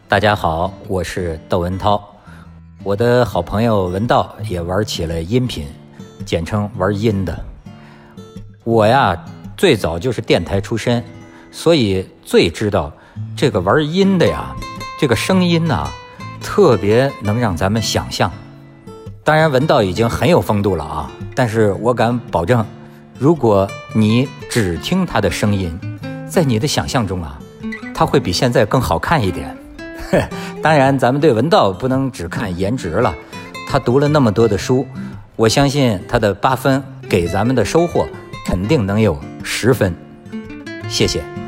大家好，我是窦文涛。我的好朋友文道也玩起了音频，简称玩音的。我呀，最早就是电台出身，所以最知道这个玩音的呀，这个声音呐，特别能让咱们想象。当然文道已经很有风度了啊，但是我敢保证，如果你只听他的声音，在你的想象中啊，他会比现在更好看一点。当然咱们对文道不能只看颜值了，他读了那么多的书，我相信他的8分给咱们的收获肯定能有10分。谢谢。